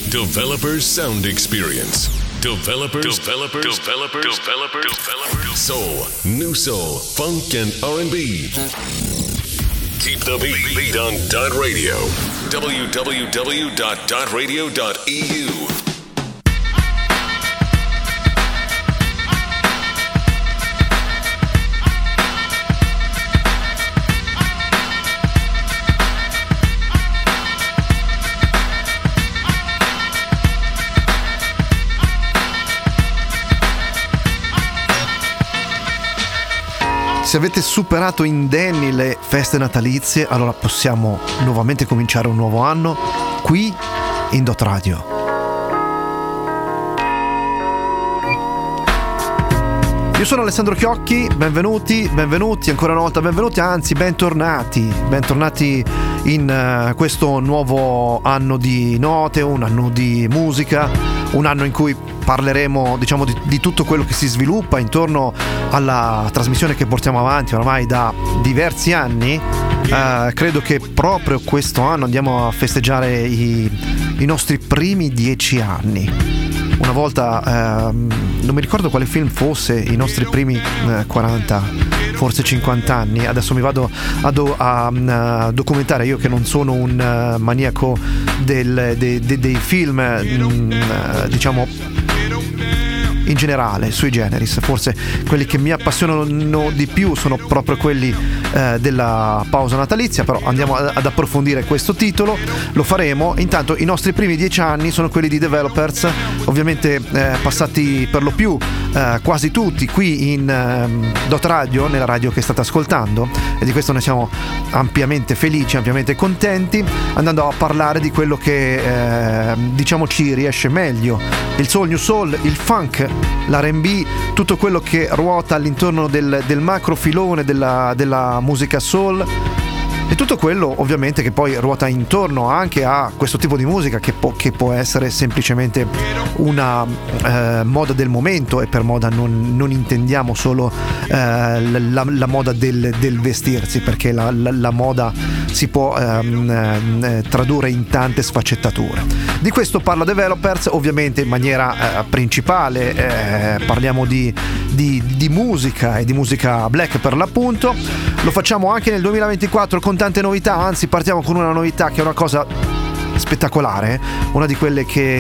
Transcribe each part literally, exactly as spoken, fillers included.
Developers Sound Experience. Developers, developers, developers, developers, developers. Soul, new soul, funk and R and B. Keep the beat, beat on Dot Radio. w w w dot dot radio dot e u. Se avete superato indenni le feste natalizie, allora possiamo nuovamente cominciare un nuovo anno qui in Dot Radio. Io sono Alessandro Chiocchi, benvenuti, benvenuti ancora una volta, benvenuti, anzi bentornati, bentornati in uh, questo nuovo anno di note, un anno di musica, un anno in cui parleremo, diciamo, di, di tutto quello che si sviluppa intorno alla trasmissione che portiamo avanti ormai da diversi anni. Uh, credo che proprio questo anno andiamo a festeggiare i, i nostri primi dieci anni. Una volta, uh, non mi ricordo quale film fosse, i nostri primi uh, quaranta, forse cinquanta anni. Adesso mi vado a, do, a, a documentare, io che non sono un uh, maniaco del, de, de, dei film, um, uh, diciamo in generale, sui generis. Forse quelli che mi appassionano di più sono proprio quelli eh, della pausa natalizia, però andiamo ad approfondire questo titolo, lo faremo. Intanto i nostri primi dieci anni sono quelli di Developers, ovviamente eh, passati per lo più eh, quasi tutti qui in eh, Dot Radio, nella radio che state ascoltando, e di questo ne siamo ampiamente felici, ampiamente contenti, andando a parlare di quello che eh, diciamo ci riesce meglio: il soul, new soul, il funk, l'R and B, tutto quello che ruota all'intorno del, del macro filone della, della musica soul, e tutto quello ovviamente che poi ruota intorno anche a questo tipo di musica che, po- che può essere semplicemente una eh, moda del momento, e per moda non, non intendiamo solo eh, la, la moda del, del vestirsi, perché la, la, la moda si può ehm, eh, tradurre in tante sfaccettature. Di questo parla Developers, ovviamente in maniera eh, principale eh, parliamo di, di, di musica, e di musica black per l'appunto. Lo facciamo anche nel duemilaventiquattro con tante novità, anzi partiamo con una novità che è una cosa spettacolare, una di quelle che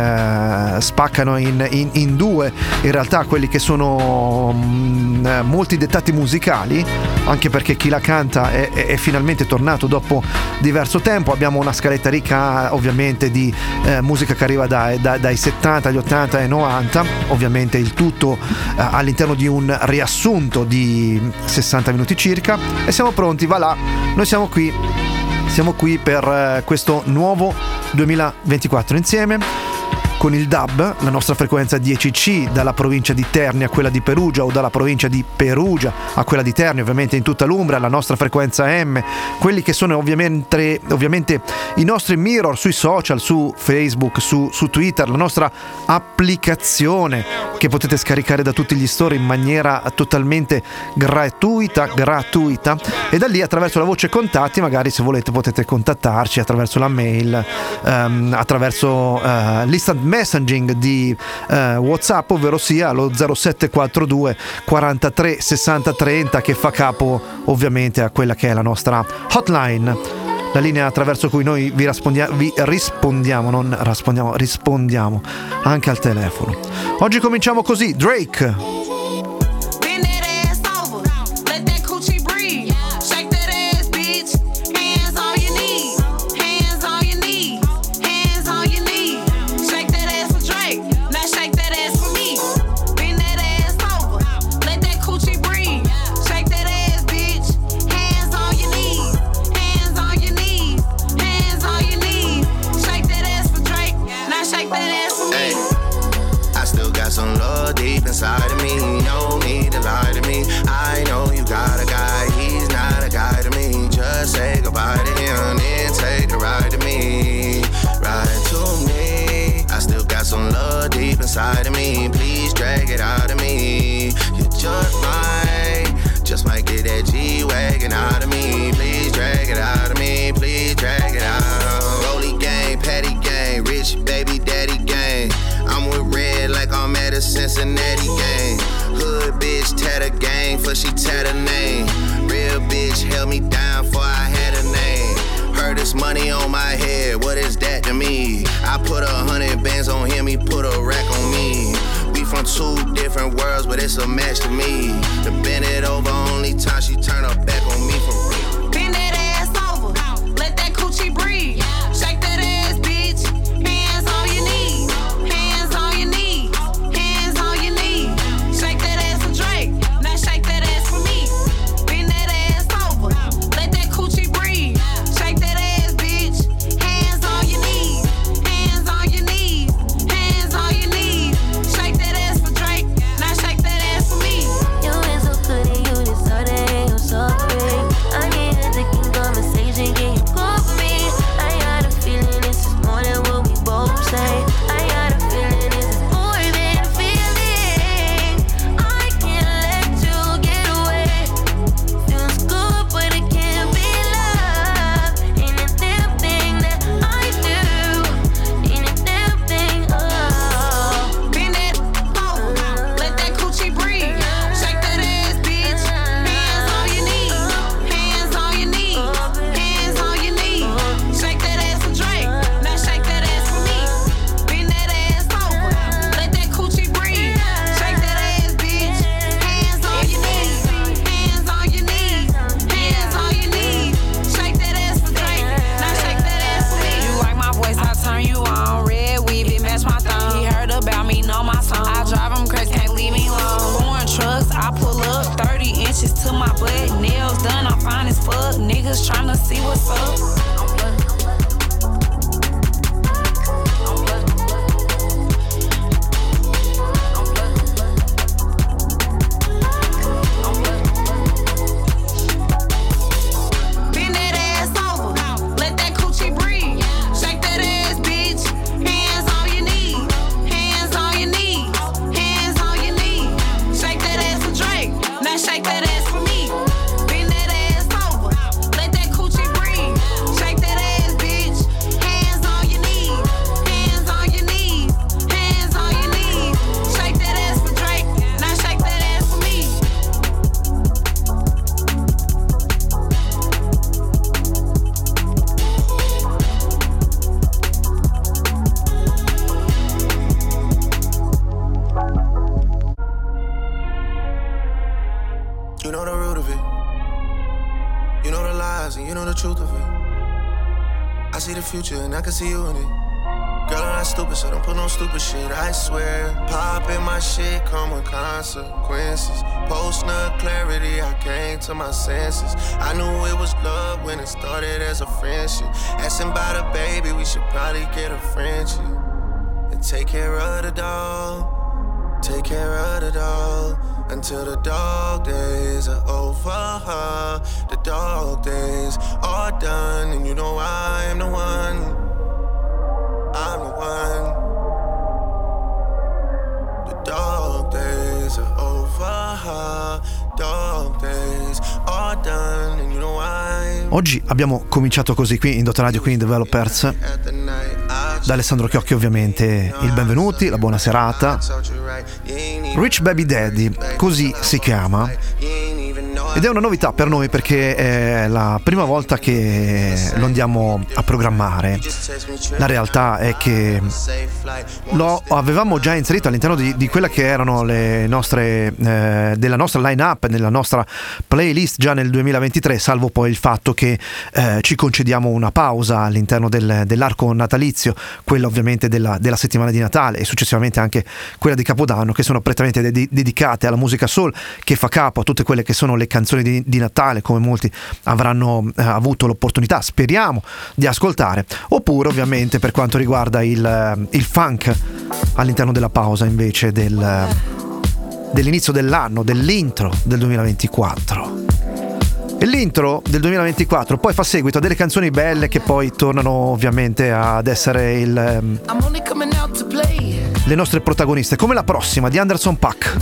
eh, spaccano in, in, in due in realtà quelli che sono mh, molti dettati musicali, anche perché chi la canta è, è, è finalmente tornato dopo diverso tempo. Abbiamo una scaletta ricca ovviamente di eh, musica che arriva dai, dai, dai settanta, agli ottanta e novanta, ovviamente il tutto eh, all'interno di un riassunto di sessanta minuti circa, e siamo pronti, va là, noi siamo qui Siamo qui per eh, questo nuovo duemilaventiquattro insieme con il D A B, la nostra frequenza dieci C, dalla provincia di Terni a quella di Perugia, o dalla provincia di Perugia a quella di Terni, ovviamente in tutta l'Umbria, la nostra frequenza M, quelli che sono ovviamente, ovviamente i nostri mirror sui social, su Facebook, su, su Twitter, la nostra applicazione che potete scaricare da tutti gli store in maniera totalmente gratuita, gratuita, e da lì attraverso la voce contatti, magari se volete potete contattarci attraverso la mail, um, attraverso uh, l'instant messaging di uh, WhatsApp, ovvero sia lo zero sette quattro due quarantatré sessanta trenta, che fa capo ovviamente a quella che è la nostra hotline, la linea attraverso cui noi vi, rispondia- vi rispondiamo, non rispondiamo, rispondiamo anche al telefono. Oggi cominciamo così, Drake. Inside of me, no need to lie to me. I know you got a guy, he's not a guy to me. Just say goodbye to him and take the ride to me. Ride to me. I still got some love deep inside of me. Please drag it out of me. You just might, just might get that G-Wagon out of me. Please drag it out of me. Please drag it out. Rolly gang, petty gang, rich baby It's money on my head, what is that to me? I put a hundred bands on him, he put a rack on me. We from two different worlds, but it's a match to me. To bend it over, only time she turn her back on me for real. Bend that ass over, let that coochie breathe. Shake that ass, bitch. Hands on your knees, hands on your knees, hands on your knees. Shake that ass for Drake, now shake that ass for me. Bend that ass over, let that coochie breathe. Shake that ass, bitch. Hands on your knees, hands on your knees, hands on your knees. Shake that ass for Drake, now shake that ass for me. You ain't so good and you deserve it and you're sorry. I need a dick conversation, can you call for me? I got a feeling this is more than what we both say. I got a feeling this is more than a feeling. I can't let you get away. Feels good, but it can't be love. Ain't a damn thing that I do. Ain't a damn thing, oh. Bend that over, let that coochie breathe. Shake that ass, bitch. Hands on your knees, hands on your knees, hands on your knees. Shake that ass for Drake, now shake that ass for me. Bend that ass over, let that coochie breathe. Shake that ass, bitch. Hands on your knees, hands on your knees, hands on your knees. Shake that ass for Drake, now shake that ass for me. You like my voice, I turn you on. Red weave, it match my thumb. He heard about me, know my song. I drive him crazy, can't leave me alone. Foreign trucks, I pull up thirty inches to my butt. Nails done, I'm fine as fuck. Niggas tryna see what's up. Bend that ass over, let that coochie breathe. Shake that ass, bitch. Hands on your knees, hands on your knees, hands on your knees. Shake that ass for Drake, now shake that ass for me. Bend that ass over, let that coochie breathe. Shake that ass, bitch. Hands on your knees, hands on your knees, hands on your knees. Shake that ass for Drake, now shake that ass for me. You know the root of it. You know the lies and you know the truth of it. I see the future and I can see you in it. Girl, I'm not stupid, so don't put no stupid shit, I swear. Poppin' my shit come with consequences. Post-nut clarity, I came to my senses. I knew it was love when it started as a friendship. Asking about a baby, we should probably get a friendship. And take care of the dog, take care of the dog. Until the dog days are over. The dog days are done. And you know I am the one, I'm the one. The dog days are over. Dog days are done. And you know I. Oggi abbiamo cominciato così qui in Dot Radio, qui in Developers. Da Alessandro Chiocchi ovviamente il benvenuti, la buona serata. Rich Baby Daddy, così si chiama. Ed è una novità per noi perché è la prima volta che lo andiamo a programmare. La realtà è che lo avevamo già inserito all'interno di, di quella che erano le nostre eh, della nostra line-up, nella nostra playlist già nel duemilaventitré, salvo poi il fatto che eh, ci concediamo una pausa all'interno del, dell'arco natalizio, quella ovviamente della, della settimana di Natale e successivamente anche quella di Capodanno, che sono prettamente ded- dedicate alla musica soul, che fa capo a tutte quelle che sono le canzoni di, di Natale, come molti avranno eh, avuto l'opportunità, speriamo, di ascoltare, oppure ovviamente per quanto riguarda il, il funk all'interno della pausa invece del, dell'inizio dell'anno, dell'intro del duemilaventiquattro. E l'intro del duemilaventiquattro poi fa seguito a delle canzoni belle che poi tornano ovviamente ad essere il, um, le nostre protagoniste, come la prossima di Anderson .Paak.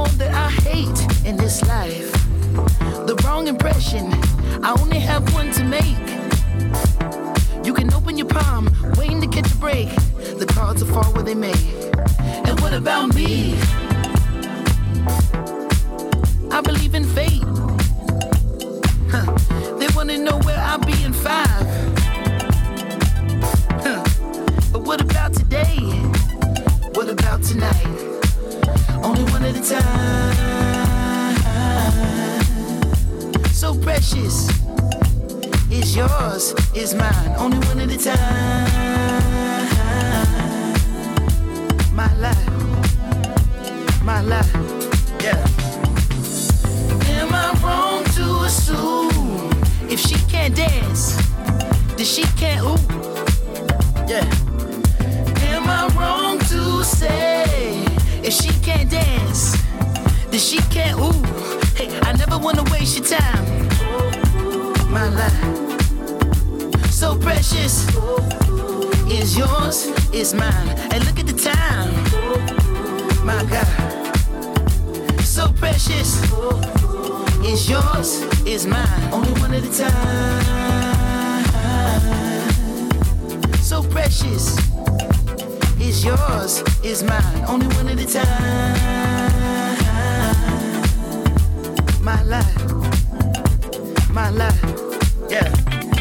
The wrong impression, I only have one to make. You can open your palm, waiting to catch a break. The cards will fall where they may. And what about me? I believe in fate. Huh. They wanna know where I'll be in five. tonight. Only one at a time. So precious. It's yours, it's mine. Only one at a time. My life, my life, yeah. Am I wrong to assume if she can't dance, then she can't ooh? Yeah. Am I wrong to say if she can't dance, then she can't ooh? Hey, I never wanna waste your time. My life, so precious. Is yours, is mine. And look at the time. My God, so precious. Is yours, is mine. Only one at a time. So precious. Is yours, is mine. Only one at a time. My life, my life, yeah.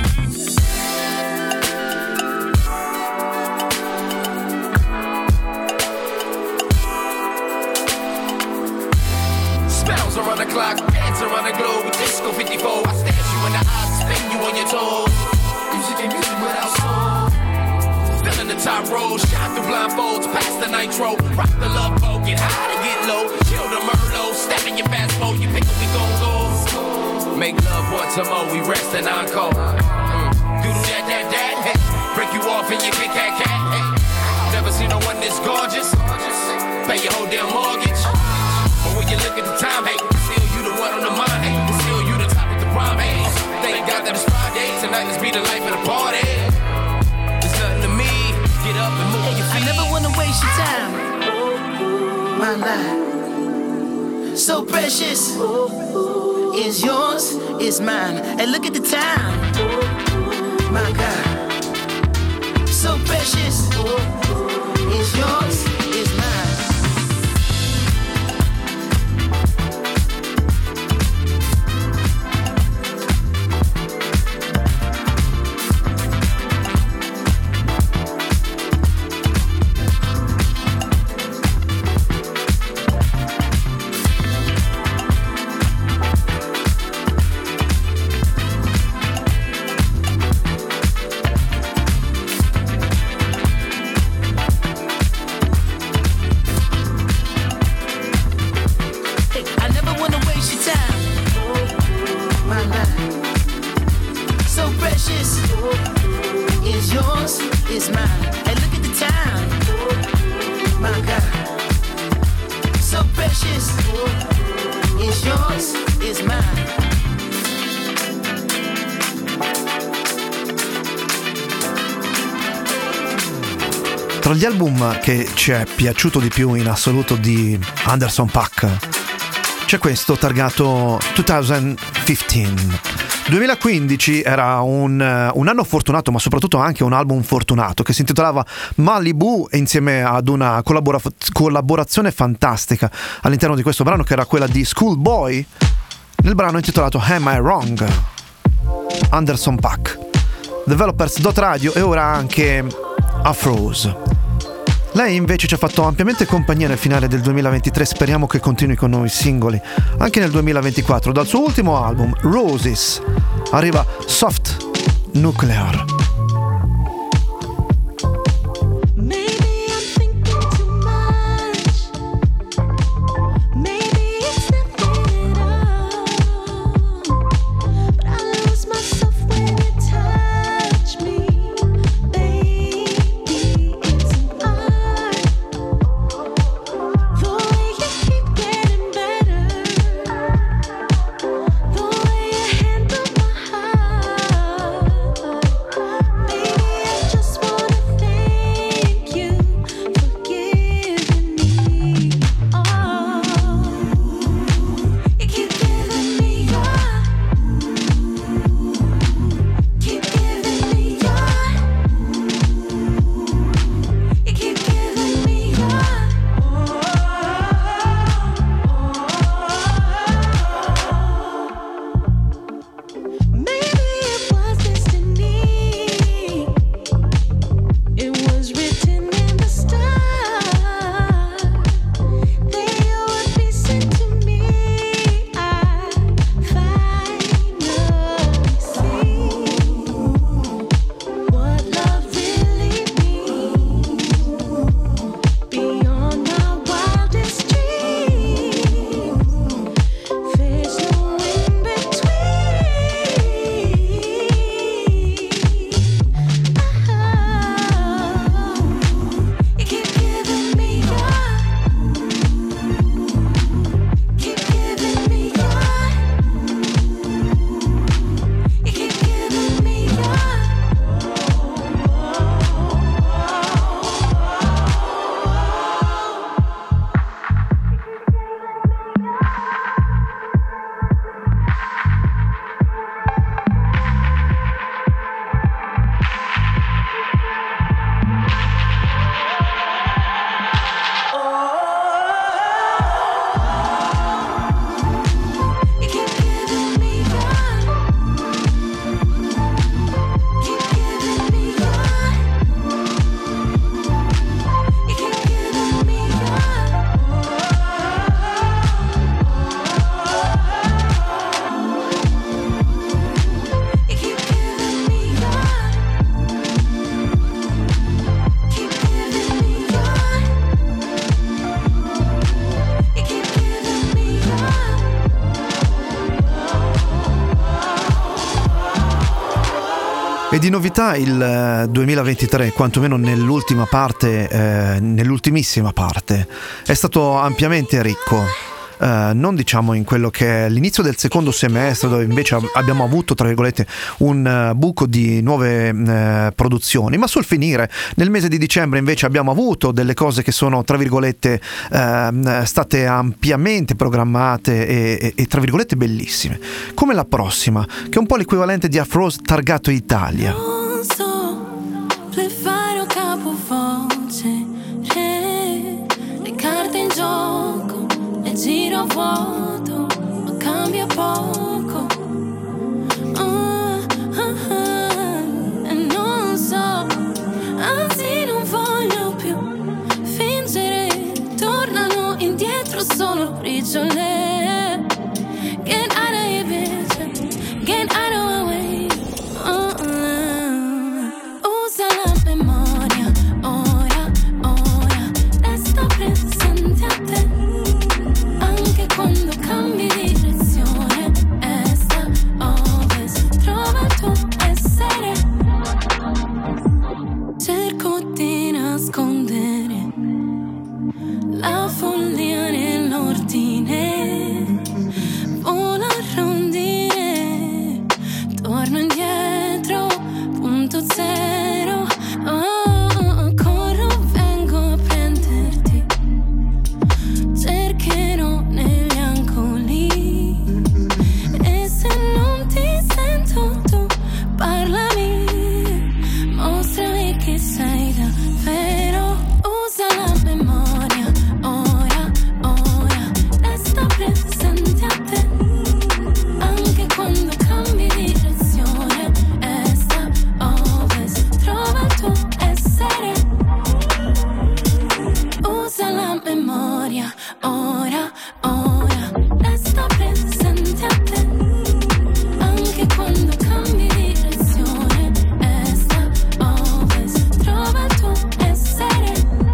Spells around the clock, dance around the globe with Disco fifty-four. I stare you in the eyes, spin you on your toes. Music and music without soul. Filling the top row, shine through blindfolds, pass the nitro, rock the love boat, get high to get low, chill the Merlot, step in your fast mode, you pick up, we gon' go. Make love once a more, we rest and encore. Mm. Doodle that, that, that, hey. Break you off and you get cat, cat, hey. Never seen no one this gorgeous. Pay your whole damn mortgage. But when you look at the time, hey, still you the one on the mind, hey. Still you the top of the prime, hey. Thank God that it's Friday, tonight let's be the life of the party. It's nothing to me, get up and move your feet. I never wanna waste your time. My life, so precious. Is yours, is mine. And look at the time. My God, so precious. Is yours, is mine. Tra gli album che ci è piaciuto di più in assoluto di Anderson .Paak c'è questo targato duemilaquindici. duemilaquindici era un, un anno fortunato, ma soprattutto anche un album fortunato che si intitolava Malibu, e insieme ad una collabora- collaborazione fantastica all'interno di questo brano, che era quella di Schoolboy nel brano intitolato Am I Wrong? Anderson .Paak, Developers dot radio, e ora anche Afroz. Lei invece ci ha fatto ampiamente compagnia nel finale del duemilaventitré, speriamo che continui con nuovi singoli anche nel duemilaventiquattro. Dal suo ultimo album Roses arriva Soft Nuclear. The way you handle my heart di novità il duemilaventitré, quantomeno nell'ultima parte, eh, nell'ultimissima parte, è stato ampiamente ricco. Uh, non diciamo in quello che è l'inizio del secondo semestre, dove invece abbiamo avuto tra virgolette un uh, buco di nuove uh, produzioni, ma sul finire nel mese di dicembre invece abbiamo avuto delle cose che sono tra virgolette uh, state ampiamente programmate e, e, e tra virgolette bellissime, come la prossima, che è un po' l'equivalente di Afro's Targato Italia. Non so fare un capovoce, le carte in gioco, giro vuoto, ma cambia poco. Uh, uh, uh, e non so, anzi non voglio più fingere. Tornano indietro solo briciole. Get out of here, bitch. Get out of my way. Uh, uh. Usa la memoria, ora, ora. Resta presente a te. Quando cambi direzione, est, ovest, trova il tuo essere. Cerco di nascondere la follia nell'ordine, vola a rondine, torno indietro, punto zero. Oh, corro, vengo a prenderti, cercherò negli angoli, e se non ti sento tu parlami, mostrami che sei davvero. Usa la memoria, ora, ora, resta presente a te, anche quando cambi direzione, est, ovest, trova il tuo essere. Usa la memoria, ora, ora, resta presente a te, anche quando cambi direzione, est, ovest, trova il tuo essere.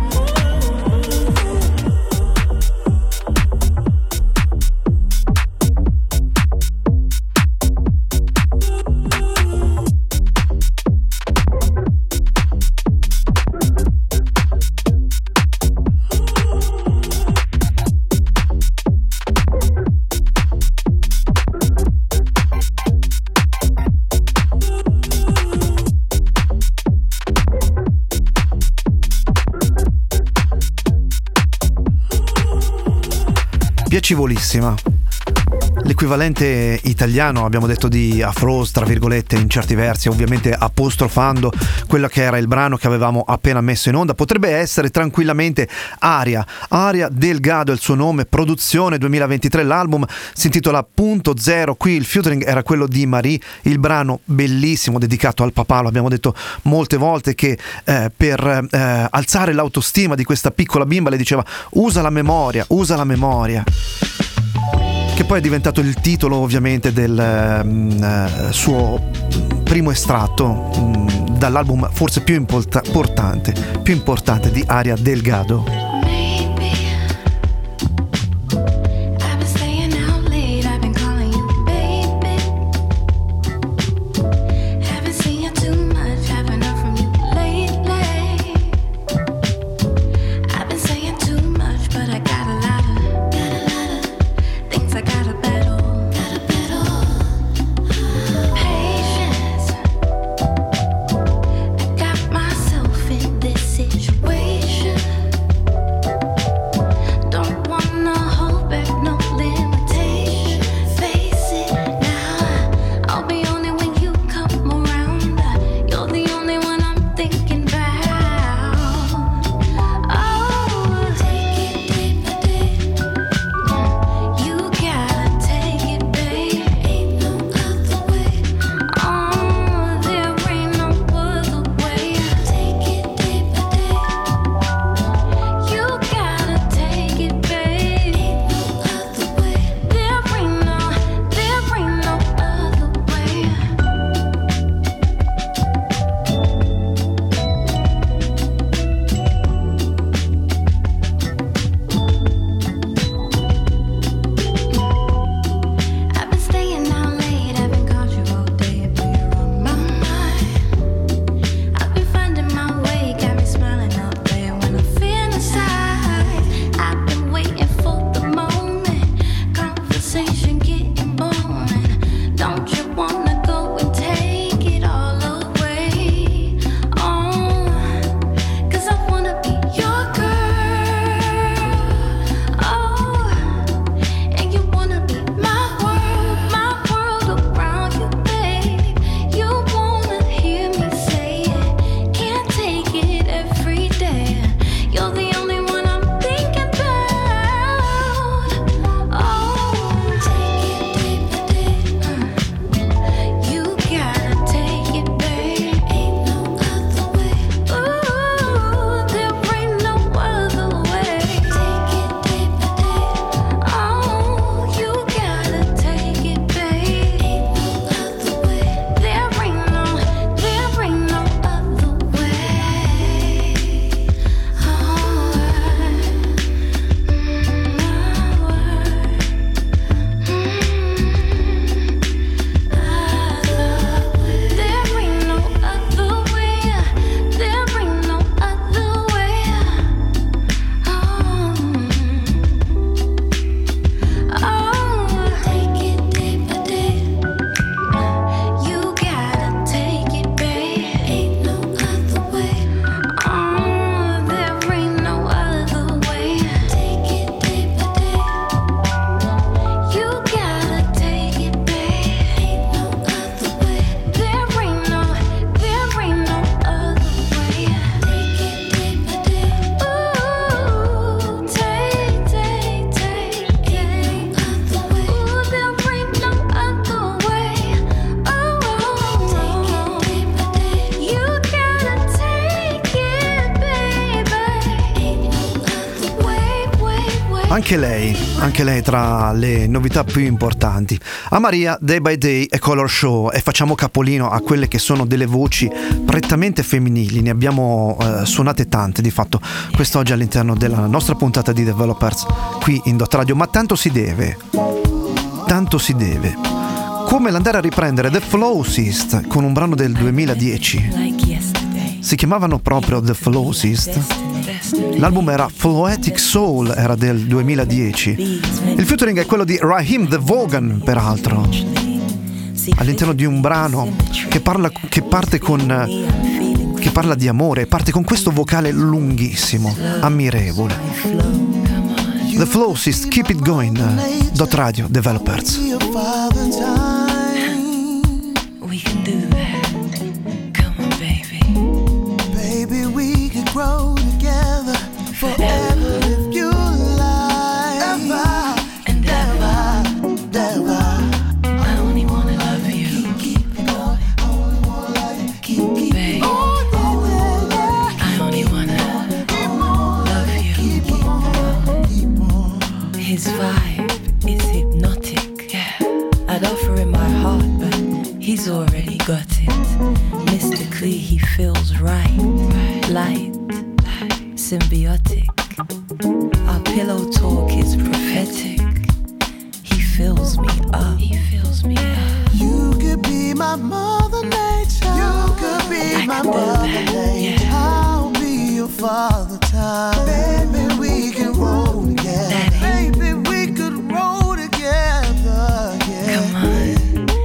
Piacevolissima. L'equivalente italiano, abbiamo detto, di Afro's, tra virgolette, in certi versi, ovviamente apostrofando quello che era il brano che avevamo appena messo in onda, potrebbe essere tranquillamente Aria. Aria Delgado è il suo nome, produzione duemilaventitré, l'album si intitola Punto Zero, qui il featuring era quello di Marie, il brano bellissimo dedicato al papà, lo abbiamo detto molte volte che eh, per eh, alzare l'autostima di questa piccola bimba le diceva usa la memoria, usa la memoria, che poi è diventato il titolo ovviamente del uh, suo primo estratto um, dall'album forse più importa- importante, più importante di Aria Delgado. Situation Anche lei, anche lei tra le novità più importanti. A Maria, Day by Day e Color Show, e facciamo capolino a quelle che sono delle voci prettamente femminili. Ne abbiamo eh, suonate tante di fatto quest'oggi all'interno della nostra puntata di Developers qui in Dot Radio, ma tanto si deve, tanto si deve. Come l'andare a riprendere The Flowsist con un brano del duemiladieci. Si chiamavano proprio The Flowsist. L'album era Floetic Soul, era del duemiladieci. Il featuring è quello di Raheem the Vaughan, peraltro, all'interno di un brano che parla, che parte con che parla di amore, parte con questo vocale lunghissimo, ammirevole. The Flowsist, Keep It Going, Dot Radio Developers. We can do that. Come on, baby. Baby, we could grow together forever if you like. Ever and ever, ever. I only wanna love you. Keep it going. I only wanna love you. Keep it going. I only wanna love you. Keep on. His vibe is hypnotic. Yeah. I'd offer him my heart, but he's already got it. Mystically he feels right, light, symbiotic. Our pillow talk is prophetic. He fills me up. He fills me up. You could be my mother nature. You could be I my mother nature. Yeah. I'll be your father time. Baby, we can roll together. Daddy. Baby, we could roll together. Yeah. Come on.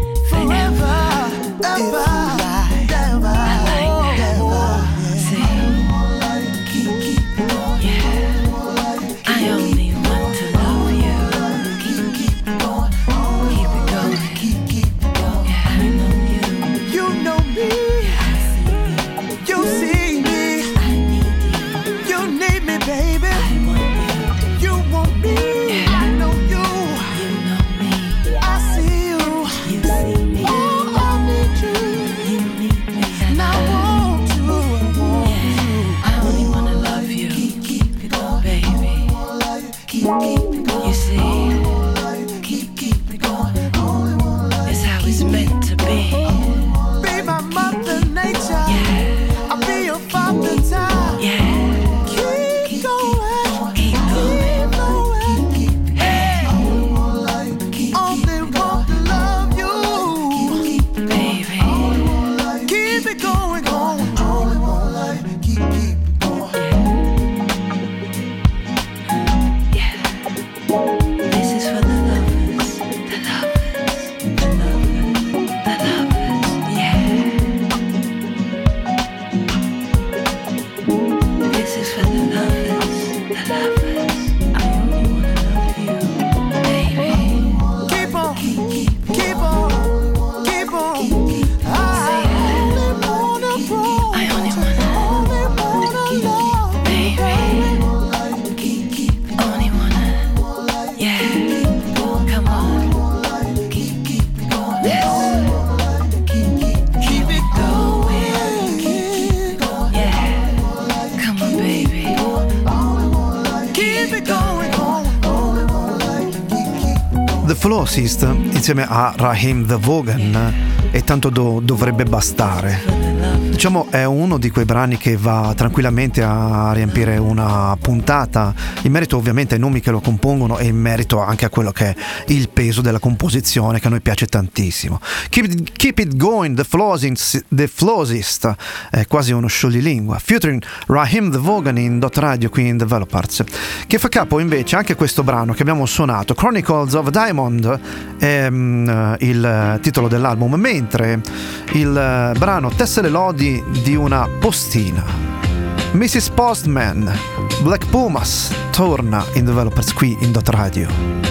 Flowsist insieme a Raheem the Vaughan e tanto do, dovrebbe bastare. Diciamo è uno di quei brani che va tranquillamente a riempire una puntata, in merito ovviamente ai nomi che lo compongono e in merito anche a quello che è il peso della composizione, che a noi piace tantissimo. Keep It, keep it Going, The Flowsist, The Flowsist è quasi uno scioglilingua, featuring Raheem the Vaughan in Dot Radio qui in Developers, che fa capo invece anche questo brano che abbiamo suonato, Chronicles of Diamond, è um, il titolo dell'album, mentre il uh, brano tesse le lodi di una postina. missus Postman, Black Pumas torna in Developers qui in Dot Radio.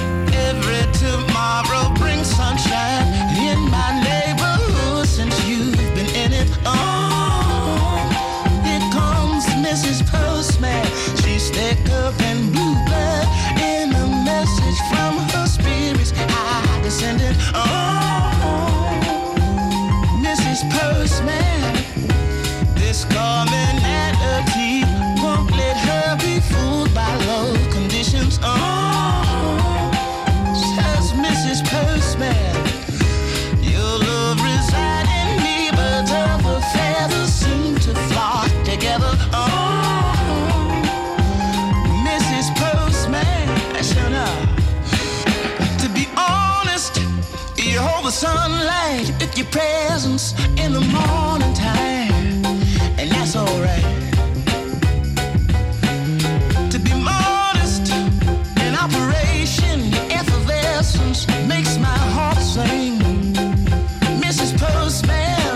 Every tomorrow brings sunshine in my neighborhood since you've been in it. Oh, here comes missus Postman. She's thick up and blue blood in a message from her spirits I descended. Oh, missus Postman, this commonality won't let her be fooled by low conditions. Oh, presence in the morning time, and that's alright. To be modest in operation, your effervescence makes my heart sing. Missus Postman,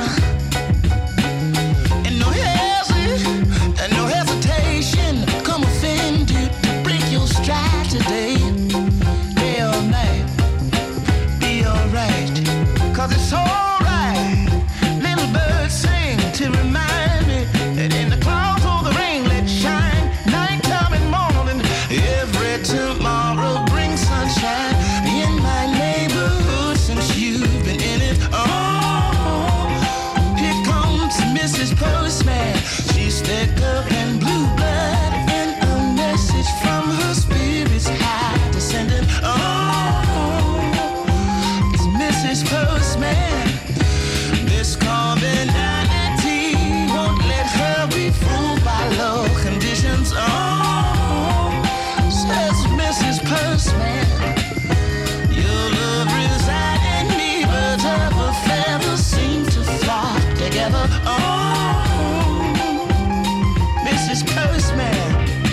and no hesi- and no hesitation, come offend you to break your stride today. Day or night, be alright, 'cause it's alright. Little birds sing to remind me that in the clouds or the rain, let shine. Nighttime and morning, every tomorrow brings sunshine in my neighborhood since you've been in it. Oh, here comes Missus Postman. She's thick up and blue blood, and a message from her spirit's high descending. Oh, it's Missus Postman. This commonality won't let her be fooled by low conditions. Oh, says Missus Postman. Your love reside in me, birds of a feather seem to flock together. Oh, Missus Postman.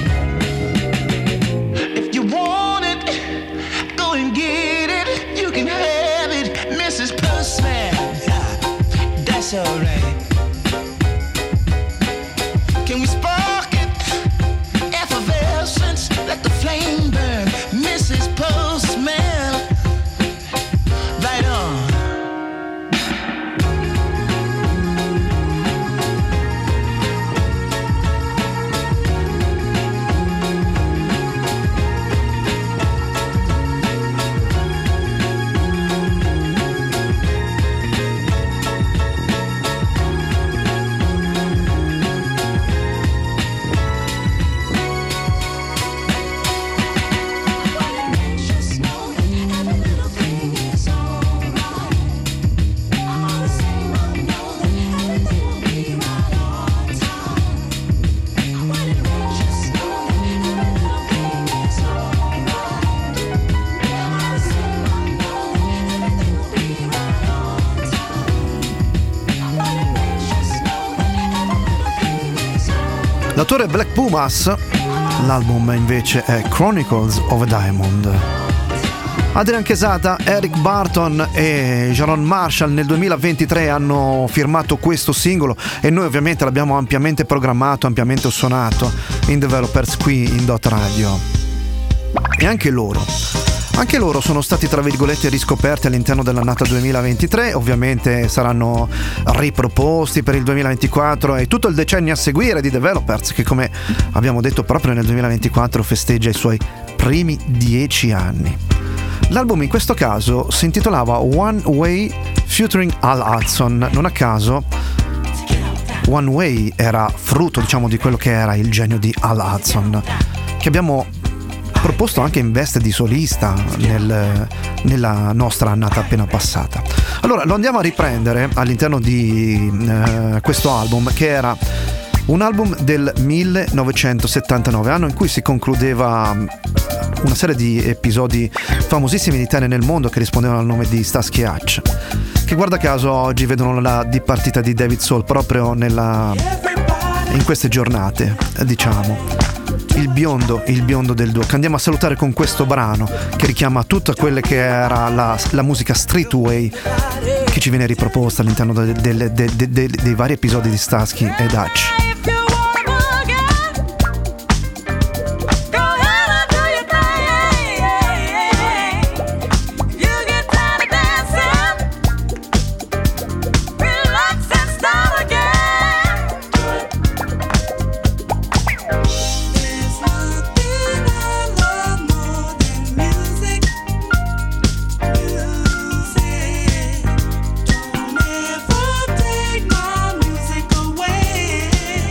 If you want it, go and get it. You can have it, Missus Postman. That's alright. Can we spark it? Effervescence, let the flame burn, Missus Postman. Right on. L'autore Black Pumas, l'album invece è Chronicles of a Diamond. Adrian Quesada, Eric Barton e Jaron Marshall nel duemilaventitré hanno firmato questo singolo e noi ovviamente l'abbiamo ampiamente programmato, ampiamente suonato in Developers qui in Dot Radio. E anche loro Anche loro sono stati tra virgolette riscoperti all'interno dell'annata duemilaventitré, ovviamente saranno riproposti per il duemilaventiquattro e tutto il decennio a seguire di Developers, che come abbiamo detto proprio nel duemilaventiquattro festeggia i suoi primi dieci anni. L'album in questo caso si intitolava One Way featuring Al Hudson. Non a caso One Way era frutto, diciamo, di quello che era il genio di Al Hudson, che abbiamo proposto anche in veste di solista nel, nella nostra annata appena passata. Allora lo andiamo a riprendere all'interno di eh, questo album, che era un album del millenovecentosettantanove, anno in cui si concludeva una serie di episodi famosissimi in Italia e nel mondo che rispondevano al nome di Starsky Hutch, che guarda caso oggi vedono la dipartita di David Soul proprio nella, in queste giornate, diciamo. Il biondo, il biondo del duo, che andiamo a salutare con questo brano che richiama tutta quella che era la, la musica streetway che ci viene riproposta all'interno de, de, de, de, de, dei vari episodi di Starsky e Hutch. Never take my music away.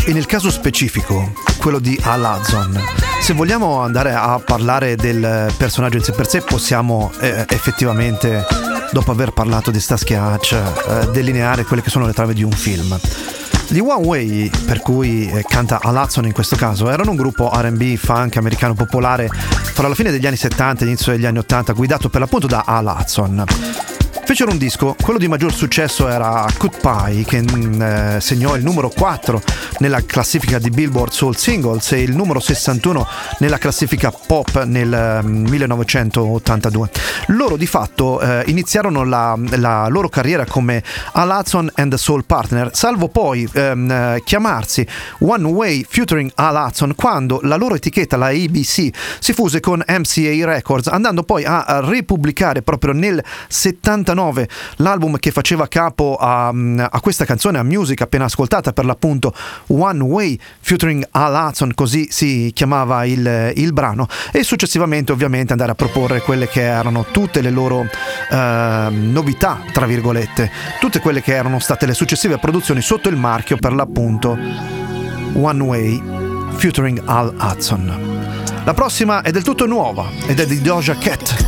E nel caso specifico, quello di Al Hudson, se vogliamo andare a parlare del personaggio in sé per sé, possiamo eh, effettivamente, dopo aver parlato di Starsky Hutch, eh, delineare quelle che sono le trame di un film. Gli One Way, per cui eh, canta Al Hudson in questo caso, erano un gruppo R and B funk americano popolare fra la fine degli anni settanta e l'inizio degli anni ottanta, guidato per l'appunto da Al Hudson. Fecero un disco, quello di maggior successo era Cut Pie, che eh, segnò il numero quattro nella classifica di Billboard Soul Singles e il numero sessantuno nella classifica pop nel eh, millenovecentottantadue. Loro di fatto eh, iniziarono la, la loro carriera come Al Hudson and the Soul Partner, salvo poi ehm, chiamarsi One Way featuring Al Hudson quando la loro etichetta, la A B C, si fuse con M C A Records, andando poi a, a ripubblicare proprio nel settantanove l'album che faceva capo a, a questa canzone, a Music, appena ascoltata, per l'appunto One Way featuring Al Hudson, così si chiamava il, il brano, e successivamente ovviamente andare a proporre quelle che erano tutte le loro eh, novità, tra virgolette, tutte quelle che erano state le successive produzioni sotto il marchio, per l'appunto One Way featuring Al Hudson. La prossima è del tutto nuova ed è di Doja Cat.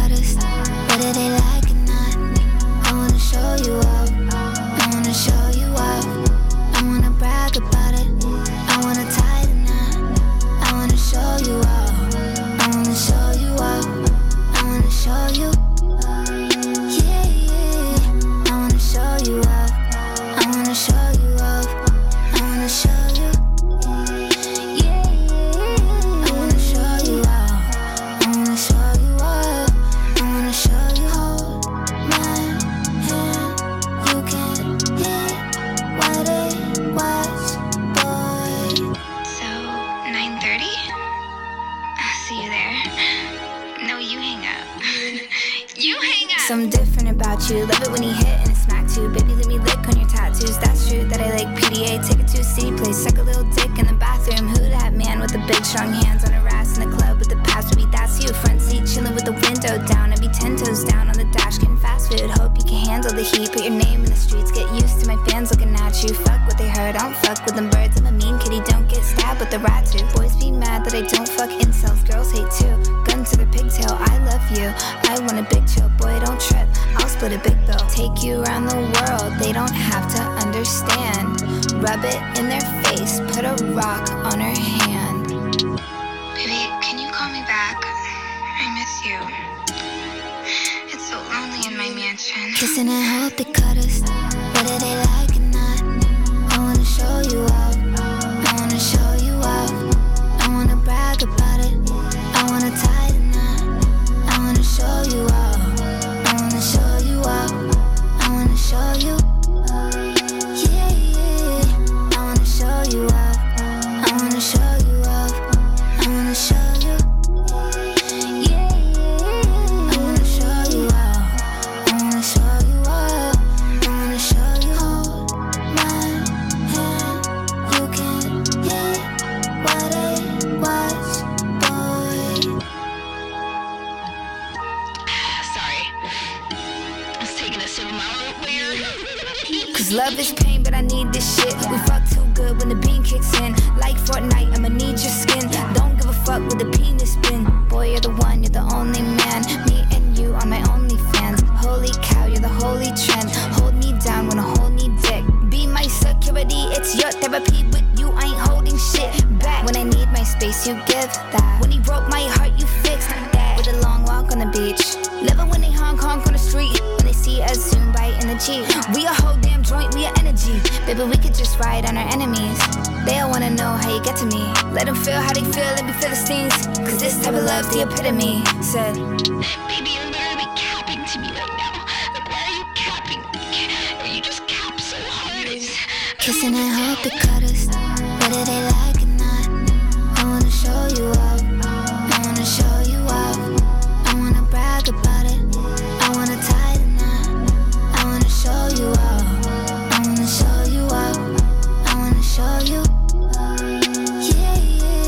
Something different about you. Love it when you hit and it smack too. Baby, let me lick on your tattoos. That's true that I like P D A. Take it to a city place, suck a little dick in the bathroom. Who that man with the big strong hands on her ass in the club with the past? Baby, that's you. Front seat chilling with the window down. I'd be ten toes down on the dash getting fast food. Hope you can handle the heat. Put your name in the streets. Get used to my fans looking at you. Fuck what they heard. I don't fuck with them birds. I'm a mean kitty. Don't get stabbed with the rat too. Boys be mad that I don't fuck incels. Girls hate too. Gun to their pigtail. I love you. I want a big chill. Boy, don't trip. I'll split a big bill. Take you around the world. They don't have to understand. Rub it in their face. Put a rock on her hand. Baby, can you call me back? I miss you. It's so lonely in my mansion. Kissing and hope they cut us. Whether they like or not. I wanna show you off. I wanna show you off. I wanna brag about it. I wanna tie the knot. I wanna show you off. I wanna show you off. I wanna show you. Yeah, yeah. I wanna show you off. I wanna show you off. I wanna show you. Yeah, yeah. I wanna show you off. I wanna show you off. I wanna show you. Hold my hand. You can hit what it was, boy. Sorry. I was taking a sip of my own beer. Cause love is pain, but I need this shit. We fuck too good when the bean kicks in. Like Fortnite, I'ma need your skin. Don't give a fuck with the penis spin. Boy, you're the one, you're the only man. Me and you are my only fans. Holy cow, you're the holy trend. Hold me down when I hold me dick. Be my security, it's your therapy. With you, I ain't holding shit back. When I need my space, you give that. When he broke my heart, you fixed that. With a long walk on the beach. Living when they honk honk on the street. When they see us soon bite in the Jeep. We a whole damn joint, we a energy. Baby, we could just ride on our enemies. They all wanna know how you get to me. Let them feel how they feel, let me feel the stings. Cause this type of love's the epitome. Said, Baby, you're literally capping to me right now. Like, why are you capping? Or you just cap so hard. It's... kissing and hope they cut us. Whether they like or not. I wanna show you off. I wanna show you off. I wanna brag about it. I wanna tie the knot. I wanna show you off. I wanna show you off. I wanna show you. Yeah,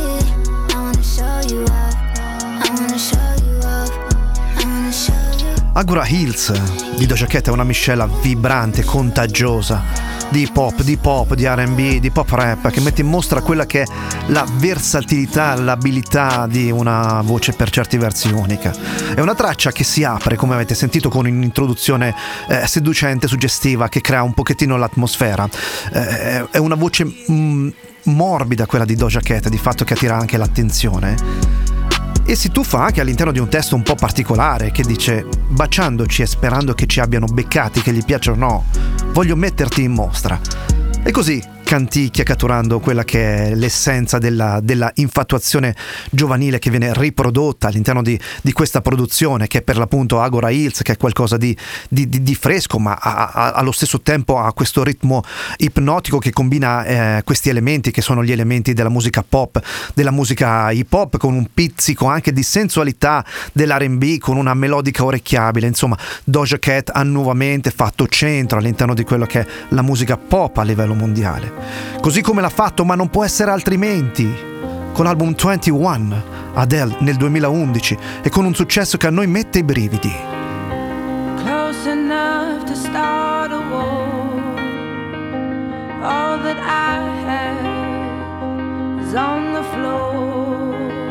yeah. I wanna show you off. I wanna show you off. I wanna show you. Agora Hills di Doja Cat è una miscela vibrante, contagiosa di hip hop, di pop, di R and B, di pop rap, che mette in mostra quella che è la versatilità, l'abilità di una voce per certi versi unica. È una traccia che si apre, come avete sentito, con un'introduzione eh, seducente, suggestiva, che crea un pochettino l'atmosfera. Eh, è una voce mh, morbida quella di Doja Cat, di fatto, che attira anche l'attenzione. E si tuffa anche all'interno di un testo un po' particolare che dice: baciandoci e sperando che ci abbiano beccati, che gli piacciono o no, voglio metterti in mostra. E così canticchia, catturando quella che è l'essenza della, della infatuazione giovanile che viene riprodotta all'interno di, di questa produzione, che è per l'appunto Agora Hills, che è qualcosa di, di, di, di fresco, ma a, a, allo stesso tempo ha questo ritmo ipnotico che combina eh, questi elementi che sono gli elementi della musica pop, della musica hip hop, con un pizzico anche di sensualità dell'R and B, con una melodica orecchiabile. Insomma, Doja Cat ha nuovamente fatto centro all'interno di quello che è la musica pop a livello mondiale. Così come l'ha fatto, ma non può essere altrimenti, con l'album ventuno Adele nel duemilaundici, e con un successo che a noi mette i brividi. Close enough to start a war. All that I have is on the floor.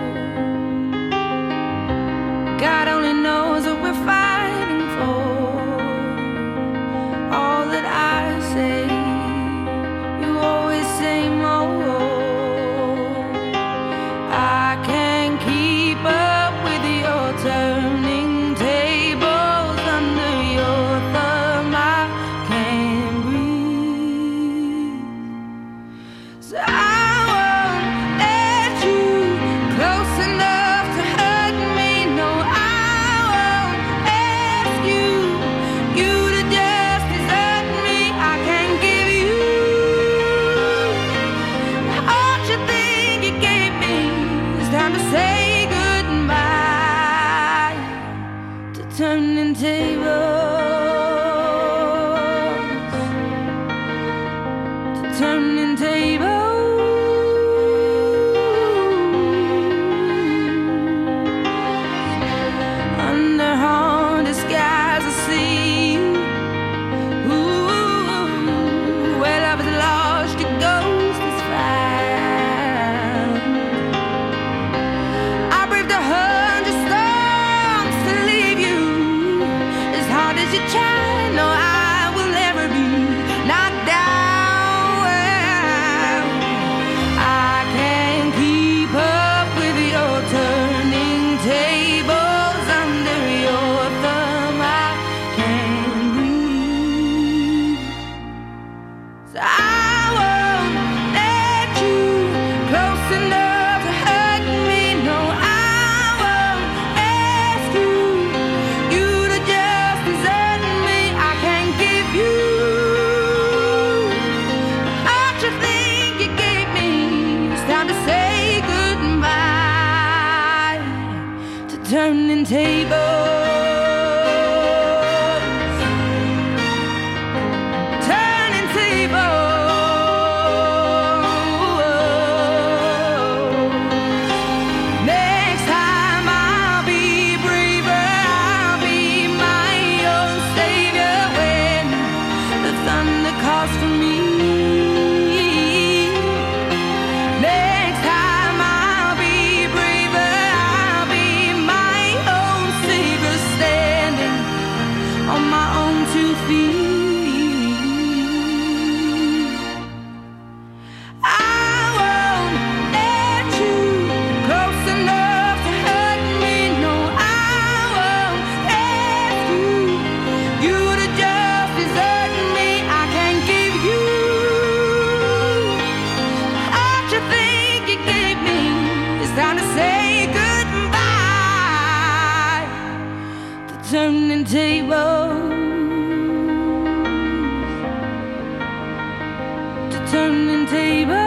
God only knows what we're fighting for. All that I say, always say more. I can't keep up with your turning tables under your thumb. I can't breathe, so I won't let you close enough to hurt me. No, I won't ask you, you to just desert me. I can't give you time to say goodbye to turning tables, to turning tables. Under haunted skies I see you. Ooh, where love is lost, your ghost is found. No, I will never be knocked down. I can't keep up with your turning tables under your thumb. I can't breathe, so I won't let you close enough to hurt me. No, I won't ask you, you to just desert me. I can't give you what you think you gave me. It's time to say goodbye to turning tables. Turning tables. Next time I'll be braver, I'll be my own savior when the thunder calls for me. Next time I'll be braver, I'll be my own savior, standing on my own two feet. I won't let you close enough to hurt me. No, I won't ask you, you to just desert me. I can't give you what you think you gave me. It's time to say goodbye to turning tables, to turning tables,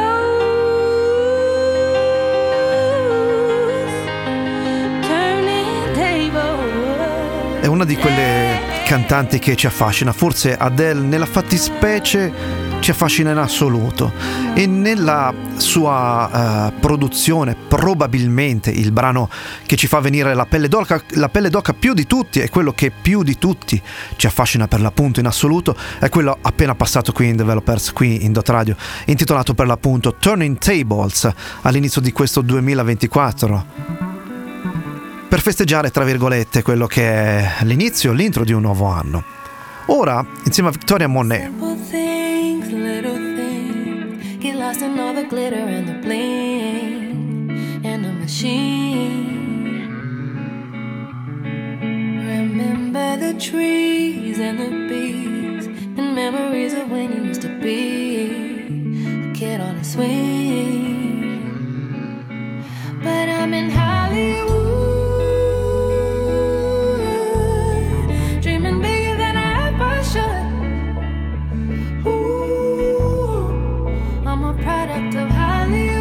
turning tables. È una di quelle cantanti che ci affascina. Forse Adele, nella fattispecie, ci affascina in assoluto, e nella sua uh, produzione probabilmente il brano che ci fa venire la pelle d'oca, la pelle d'oca più di tutti, è quello che più di tutti ci affascina per l'appunto in assoluto, è quello appena passato qui in Developers, qui in Dot Radio, intitolato per l'appunto Turning Tables, all'inizio di questo duemilaventiquattro, per festeggiare tra virgolette quello che è l'inizio, l'intro di un nuovo anno. Ora insieme a Victoria Monet. Get lost in all the glitter and the bling and the machine. Remember the trees and the bees and memories of when you used to be a kid on a swing. But I'm in Hollywood, dreaming bigger than I ever should. I'm a product of Hollywood,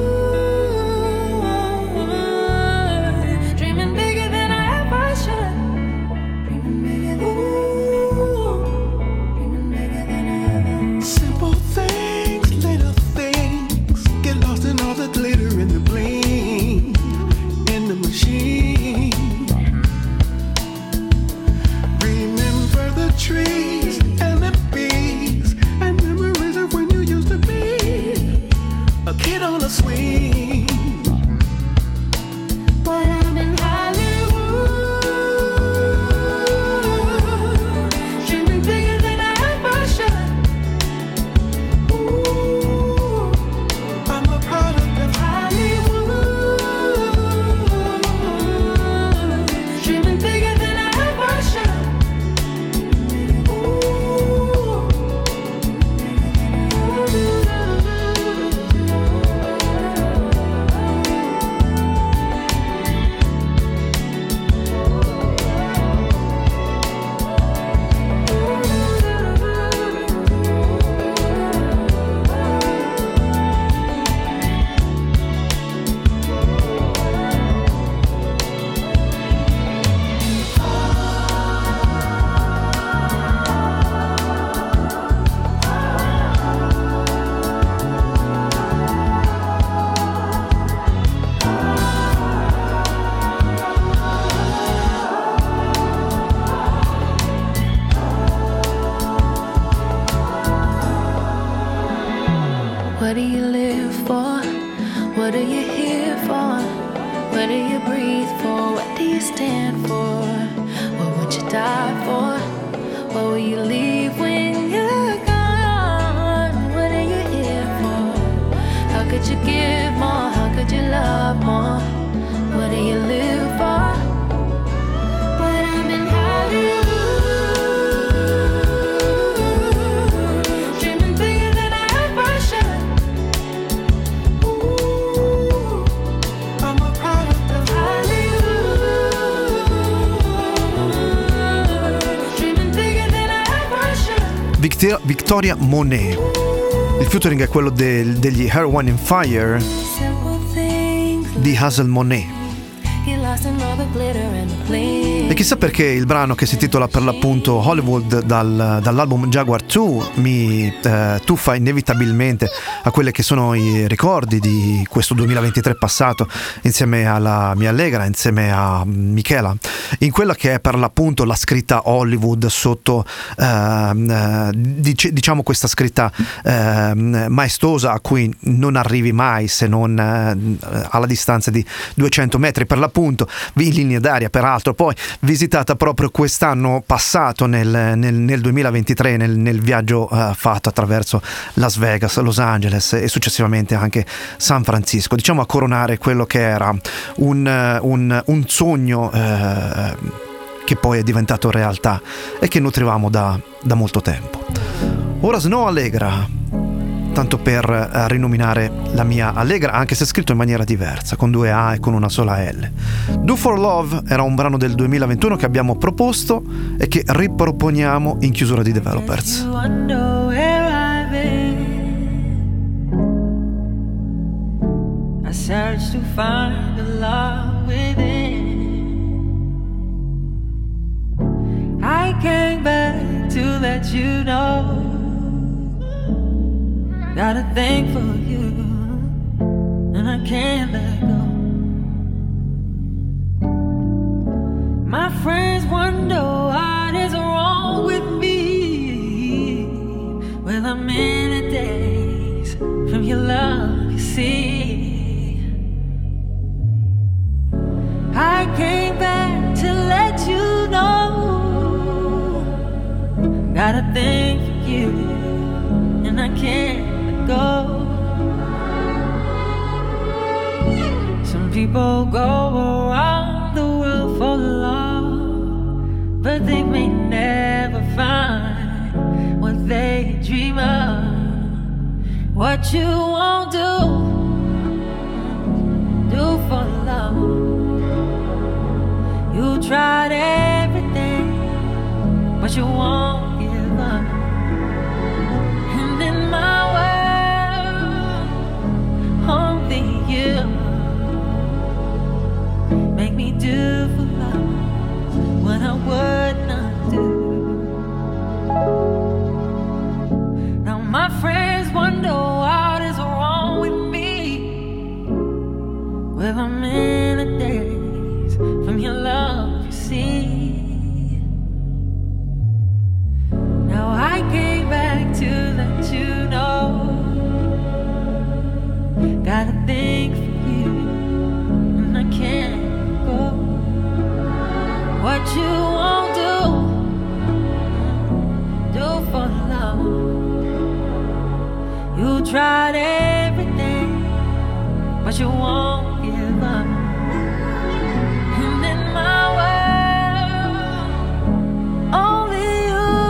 dreaming bigger than I ever should. Dreaming bigger than, ooh, dreaming bigger than I ever. Simple things, little things, get lost in all the glitter and the bling in the machine. Remember the trees and the bees and memories of when you used to be a kid on a swing. But I'm in Hollywood, dreaming bigger than I ever should. Ooh, I'm a product of Hollywood, dreaming bigger than I ever should. What do you live for? What are you here for? What do you breathe for? What do you stand for? What would you die for? What will you leave when you're gone? What are you here for? How could you give more? How could you love more? What do you live for? But I'm in Hollywood. Victoria Monet. Il featuring è quello del, degli Air, Wine and Fire di Hazel Monet. E chissà perché il brano, che si intitola per l'appunto Hollywood dal, dall'album Jaguar due, mi eh, tuffa inevitabilmente a quelle che sono i ricordi di questo duemilaventitré passato, insieme alla mia Allegra, insieme a Michela, in quella che è per l'appunto la scritta Hollywood sotto eh, dic- diciamo questa scritta eh, maestosa a cui non arrivi mai se non eh, alla distanza di duecento metri per l'appunto, in linea d'aria peraltro, poi visitata proprio quest'anno passato nel, nel, nel duemilaventitré nel, nel viaggio uh, fatto attraverso Las Vegas, Los Angeles e successivamente anche San Francisco, diciamo a coronare quello che era un, un, un sogno uh, che poi è diventato realtà e che nutrivamo da, da molto tempo. Ora Snow Allegra, tanto per uh, rinominare la mia Allegra, anche se scritto in maniera diversa, con due A e con una sola L. Do for Love era un brano del duemilaventuno che abbiamo proposto e che riproponiamo in chiusura di Developers. I search to find the love within. I came back to let you know Got a thing for you, and I can't let go. My friends wonder what is wrong with me. Well, I'm in a daze from your love, you see. I came back to let you know. Got a thing for you, and I can't let go. Some people go around the world for love, but they may never find what they dream of. What you won't do, do for love. You tried everything, but you won't give up. And in my world, only you make me do for love what I would not do. Now my friends wonder what is wrong with me. Well, I'm in a daze from your love, you see. Now I came back to let you know. Got a thing for you, and I can't go. What you won't do, do for love. You tried everything, but you won't give up. And in my world, only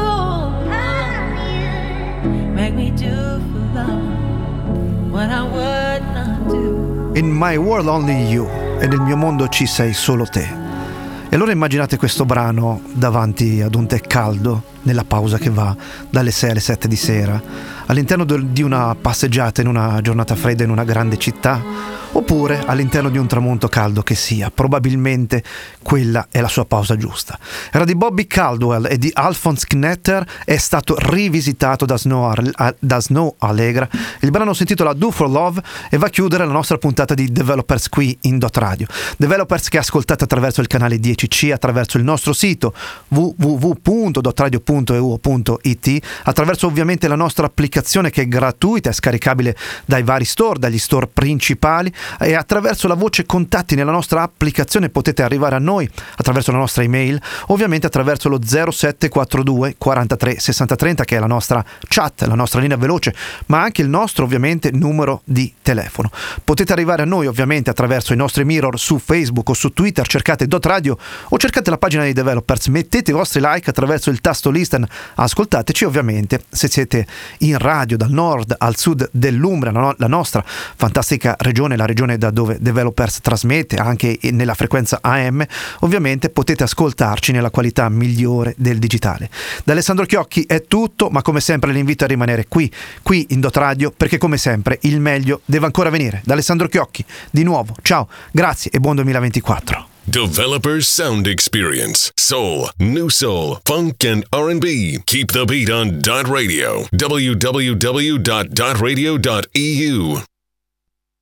you make me do for love what I would not do. In my world only you, e nel mio mondo ci sei solo te. E allora immaginate questo brano davanti ad un tè caldo, nella pausa che va dalle sei alle sette di sera, all'interno di una passeggiata in una giornata fredda in una grande città, oppure all'interno di un tramonto caldo che sia. Probabilmente quella è la sua pausa giusta. Era di Bobby Caldwell e di Alphonse Knetter, è stato rivisitato da Snow, da Snow Allegra. Il brano si intitola Do for Love e va a chiudere la nostra puntata di Developers qui in Dot Radio. Developers che ascoltate attraverso il canale dieci C, attraverso il nostro sito w w w punto dot radio punto e u punto i t, attraverso ovviamente la nostra applicazione che è gratuita, è scaricabile dai vari store, dagli store principali, e attraverso la voce contatti nella nostra applicazione potete arrivare a noi attraverso la nostra email, ovviamente attraverso lo zero sette quattro due quarantatré sessanta trenta che è la nostra chat, la nostra linea veloce, ma anche il nostro ovviamente numero di telefono. Potete arrivare a noi ovviamente attraverso i nostri mirror su Facebook o su Twitter, cercate Dot Radio o cercate la pagina dei Developers, mettete i vostri like attraverso il tasto listen, ascoltateci ovviamente se siete in radio dal nord al sud dell'Umbria, la nostra fantastica regione, la regione da dove Developers trasmette anche nella frequenza A M, ovviamente potete ascoltarci nella qualità migliore del digitale. Da Alessandro Chiocchi è tutto, ma come sempre l'invito a rimanere qui, qui in Dot Radio, perché come sempre il meglio deve ancora venire. Da Alessandro Chiocchi, di nuovo, ciao, grazie e buon duemilaventiquattro. Developers Sound Experience. Soul, New Soul, Funk and R and B. Keep the beat on Dot Radio. w w w dot dot radio dot e u